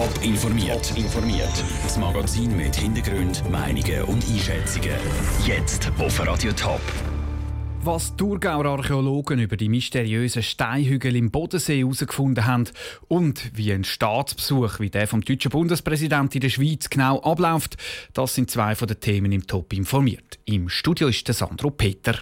Top informiert. Das Magazin mit Hintergrund, Meinungen und Einschätzungen. Jetzt auf Radio Top. Was die Thurgauer Archäologen über die mysteriösen Steinhügel im Bodensee herausgefunden haben und wie ein Staatsbesuch wie der vom deutschen Bundespräsidenten in der Schweiz genau abläuft, das sind zwei von den Themen im Top informiert. Im Studio ist der Sandro Peter.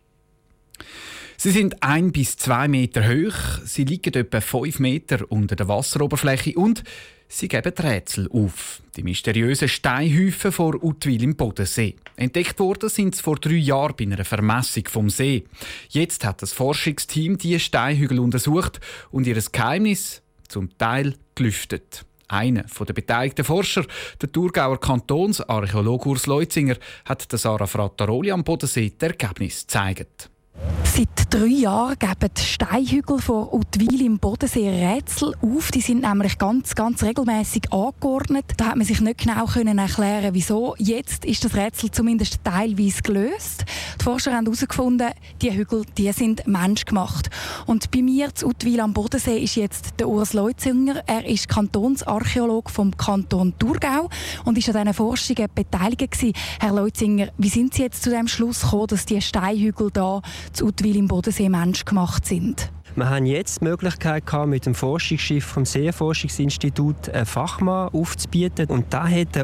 Sie sind 1 bis 2 Meter hoch, sie liegen etwa 5 Meter unter der Wasseroberfläche und sie geben Rätsel auf. Die mysteriösen Steinhäufen vor Huttwil im Bodensee. Entdeckt worden sind sie vor 3 Jahren bei einer Vermessung vom See. Jetzt hat das Forschungsteam diese Steinhügel untersucht und ihr Geheimnis zum Teil gelüftet. Einer der beteiligten Forscher, der Thurgauer Kantonsarchäologe Urs Leutzinger, hat Sarah Frattaroli am Bodensee das Ergebnis gezeigt. Seit 3 Jahren geben die Steinhügel vor Huttwil im Bodensee Rätsel auf. Die sind nämlich ganz regelmäßig angeordnet. Da hat man sich nicht genau erklären, wieso. Jetzt ist das Rätsel zumindest teilweise gelöst. Die Forscher haben herausgefunden, die Hügel sind menschgemacht. Und bei mir zu Huttwil am Bodensee ist jetzt der Urs Leutzinger. Er ist Kantonsarchäologe vom Kanton Thurgau und ist an diesen Forschungen beteiligt gewesen. Herr Leutzinger, wie sind Sie jetzt zu dem Schluss gekommen, dass die Steinhügel da zu Huttwil im Bodensee menschgemacht sind? Wir haben jetzt die Möglichkeit gehabt, mit dem Forschungsschiff vom Seeforschungsinstitut einen Fachmann aufzubieten. Und da hat ein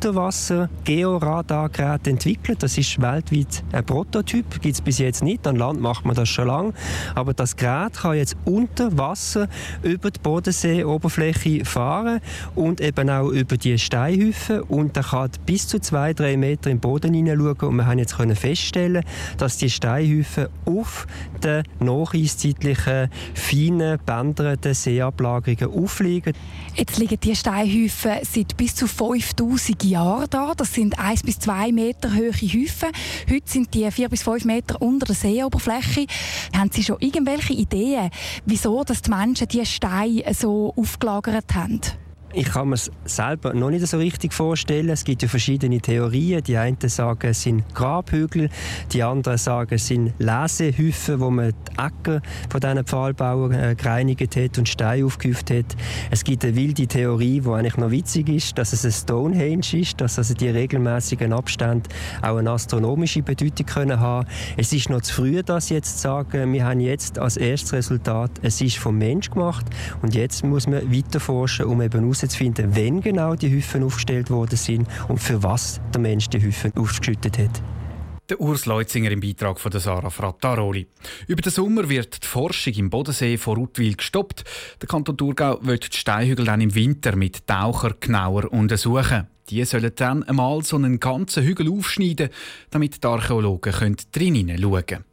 Unterwasser-Georadargerät entwickelt. Das ist weltweit ein Prototyp, gibt es bis jetzt nicht. An Land macht man das schon lange. Aber das Gerät kann jetzt unter Wasser über die Bodenseeoberfläche fahren und eben auch über die Steinhäufen. Und er kann bis zu 2-3 Meter im Boden hineinschauen. Und wir haben jetzt feststellen, dass die Steinhäufen auf den nacheiszeitlichen feinen, bändernden Seeablagerungen aufliegen. Jetzt liegen die Steinhäufen seit bis zu 5000 Jahren da. Das sind 1 bis 2 Meter hohe Häufen. Heute sind die 4 bis 5 Meter unter der Seeoberfläche. Haben Sie schon irgendwelche Ideen, wieso dass die Menschen diese Steine so aufgelagert haben? Ich kann mir es selber noch nicht so richtig vorstellen. Es gibt ja verschiedene Theorien. Die einen sagen, es sind Grabhügel, die anderen sagen, es sind Lesehäufen, wo man die Äcker von diesen Pfahlbauern gereinigt hat und Steine aufgehäuft hat. Es gibt eine wilde Theorie, die eigentlich noch witzig ist, dass es ein Stonehenge ist, dass also die regelmäßigen Abstände auch eine astronomische Bedeutung können haben. Es ist noch zu früh, das jetzt zu sagen. Wir haben jetzt als erstes Resultat, es ist vom Mensch gemacht und jetzt muss man weiter forschen, um eben herauszufinden, wenn genau die Häufen aufgestellt worden sind und für was der Mensch die Häufen aufgeschüttet hat. Der Urs Leutzinger im Beitrag von Sarah Frattaroli. Über den Sommer wird die Forschung im Bodensee vor Huttwil gestoppt. Der Kanton Thurgau wird die Steinhügel dann im Winter mit Tauchern genauer untersuchen. Die sollen dann einmal so einen ganzen Hügel aufschneiden, damit die Archäologen drin hineinschauen können.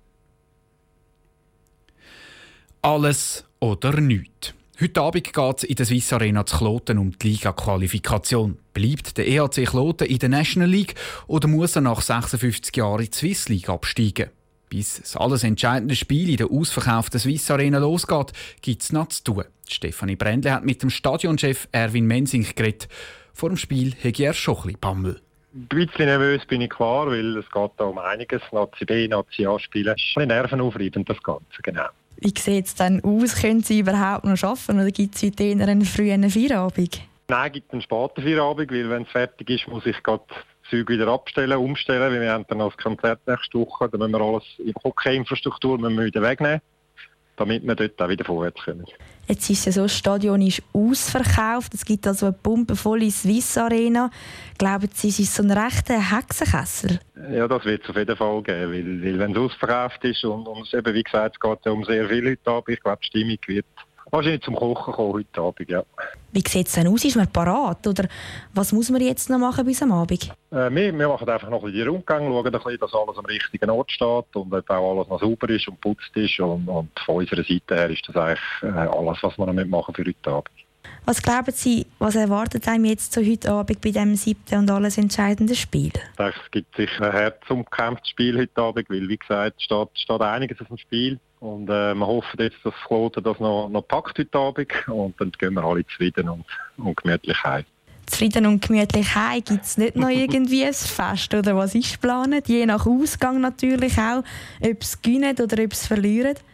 Alles oder nichts. Heute Abend geht es in der Swiss Arena zu Kloten um die Liga-Qualifikation. Bleibt der EHC Kloten in der National League oder muss er nach 56 Jahren in die Swiss League absteigen? Bis das alles entscheidende Spiel in der ausverkauften Swiss Arena losgeht, gibt es noch zu tun. Stefanie Brändle hat mit dem Stadionchef Erwin Mensing geredet. Vor dem Spiel hätte er schon ein bisschen Bammel. Ein bisschen nervös bin ich klar, weil es geht da um einiges. Nazi B, Nazi A spielen. Ein bisschen nervenaufreibend, das Ganze, genau. Wie sieht es denn aus? Können Sie überhaupt noch arbeiten oder gibt es heute eher einen frühen Feierabend? Nein, es gibt einen späten Feierabend, weil wenn es fertig ist, muss ich gerade das Zeug wieder umstellen, weil wir haben dann das Konzert nächste Woche. Dann müssen wir alles in der Hockey-Infrastruktur wieder wegnehmen, damit wir dort auch wieder vorwärts kommen. Jetzt ist es so, das Stadion ist ausverkauft. Es gibt also eine pumpenvolle Swiss Arena. Glauben Sie, es ist so ein rechter Hexenkessel? Ja, das wird es auf jeden Fall geben, weil wenn es ausverkauft ist und eben, wie gesagt, es geht ja um sehr viel heute Abend. Ich glaube, die Stimmung wird wahrscheinlich zum Kochen kommen heute Abend, ja. Wie sieht es denn aus? Ist man parat? Oder was muss man jetzt noch machen bis am Abend? Wir machen einfach noch ein bisschen die Rundgänge, schauen ein bisschen, dass alles am richtigen Ort steht und ob auch alles noch sauber ist und geputzt ist. Und von unserer Seite her ist das eigentlich alles, was wir noch machen für heute Abend. Was glauben Sie, was erwartet einem jetzt so heute Abend bei diesem 7. und alles entscheidenden Spiel? Es gibt sicher ein herzumgekämpftes Spiel heute Abend, weil, wie gesagt, steht einiges auf dem Spiel. Und wir hoffen jetzt, dass Kloten das noch packt heute Abend. Und dann gehen wir alle zufrieden und gemütlich heim. Zufrieden und gemütlich heim? Gibt es nicht noch irgendwie ein Fest? Oder was ist geplant? Je nach Ausgang natürlich auch. Ob es gewinnen oder ob es verlieren?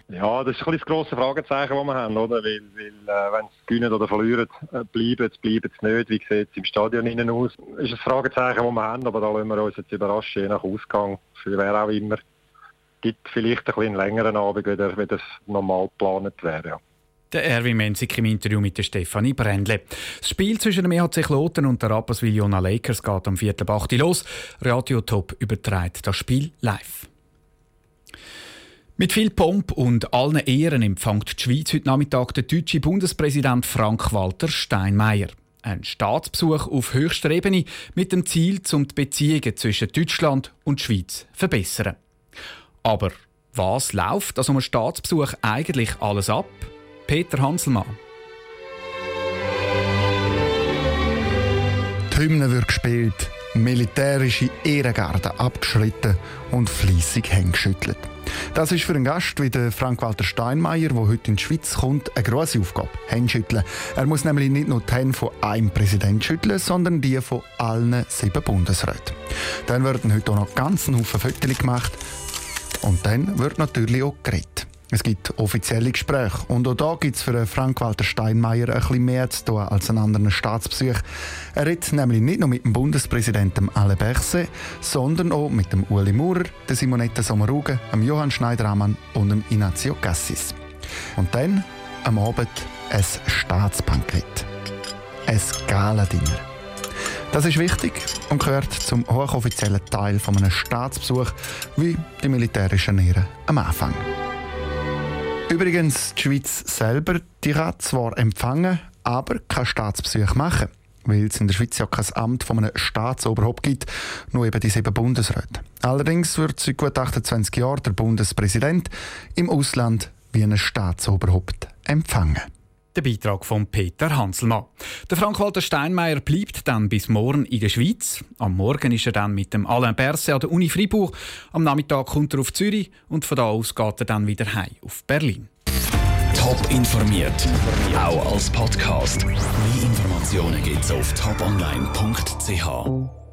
Ja, das ist ein bisschen das grosse Fragezeichen, das wir haben, oder? Weil wenn sie gewinnen oder verlieren, bleiben sie nicht. Wie sieht es im Stadion innen aus? Das ist ein Fragezeichen, das wir haben, aber da lassen wir uns jetzt überraschen, je nach Ausgang, für wer auch immer. Gibt vielleicht ein bisschen längeren Abend, wie das normal geplant wäre. Ja. Der Erwin Menzig im Interview mit der Stefanie Brändle. Das Spiel zwischen dem EHC Kloten und der Rapperswil Jona Lakers geht am 4.8. los. Radio Top überträgt das Spiel live. Mit viel Pomp und allen Ehren empfängt die Schweiz heute Nachmittag den deutschen Bundespräsident Frank-Walter Steinmeier. Ein Staatsbesuch auf höchster Ebene mit dem Ziel, die Beziehungen zwischen Deutschland und der Schweiz zu verbessern. Aber was läuft an so einem Staatsbesuch eigentlich alles ab? Peter Hanselmann. Die Hymne wird gespielt, militärische Ehrengarden abgeschritten und fleissig Hände geschüttelt. Das ist für einen Gast wie den Frank-Walter Steinmeier, der heute in die Schweiz kommt, eine grosse Aufgabe. Hände schütteln. Er muss nämlich nicht nur die Hände von einem Präsident schütteln, sondern die von allen 7 Bundesräten. Dann werden heute auch noch ganz einen Haufen Fotos gemacht. Und dann wird natürlich auch geredet. Es gibt offizielle Gespräche. Und auch da gibt es für Frank-Walter Steinmeier ein bisschen mehr zu tun als an anderen Staatsbesuchen. Er redet nämlich nicht nur mit dem Bundespräsidenten Alain Berset, sondern auch mit dem Ueli Maurer, der Simonetta Sommaruga, dem Johann Schneider-Ammann und dem Ignazio Cassis. Und dann am Abend ein Staatsbankett. Ein Gala-Dinner. Das ist wichtig und gehört zum hochoffiziellen Teil von einem Staatsbesuch, wie die militärischen Ehren am Anfang. Übrigens, die Schweiz selber, die kann zwar empfangen, aber kein Staatsbesuch machen, weil es in der Schweiz ja kein Amt von einem Staatsoberhaupt gibt, nur eben die 7 Bundesräte. Allerdings wird seit gut 28 Jahren der Bundespräsident im Ausland wie ein Staatsoberhaupt empfangen. Der Beitrag von Peter Hanselmann. Der Frank-Walter Steinmeier bleibt dann bis morgen in der Schweiz. Am Morgen ist er dann mit dem Alain Berset an der Uni Freiburg. Am Nachmittag kommt er auf Zürich und von da aus geht er dann wieder heim auf Berlin. Top informiert, auch als Podcast. Mehr Informationen gibt's auf toponline.ch.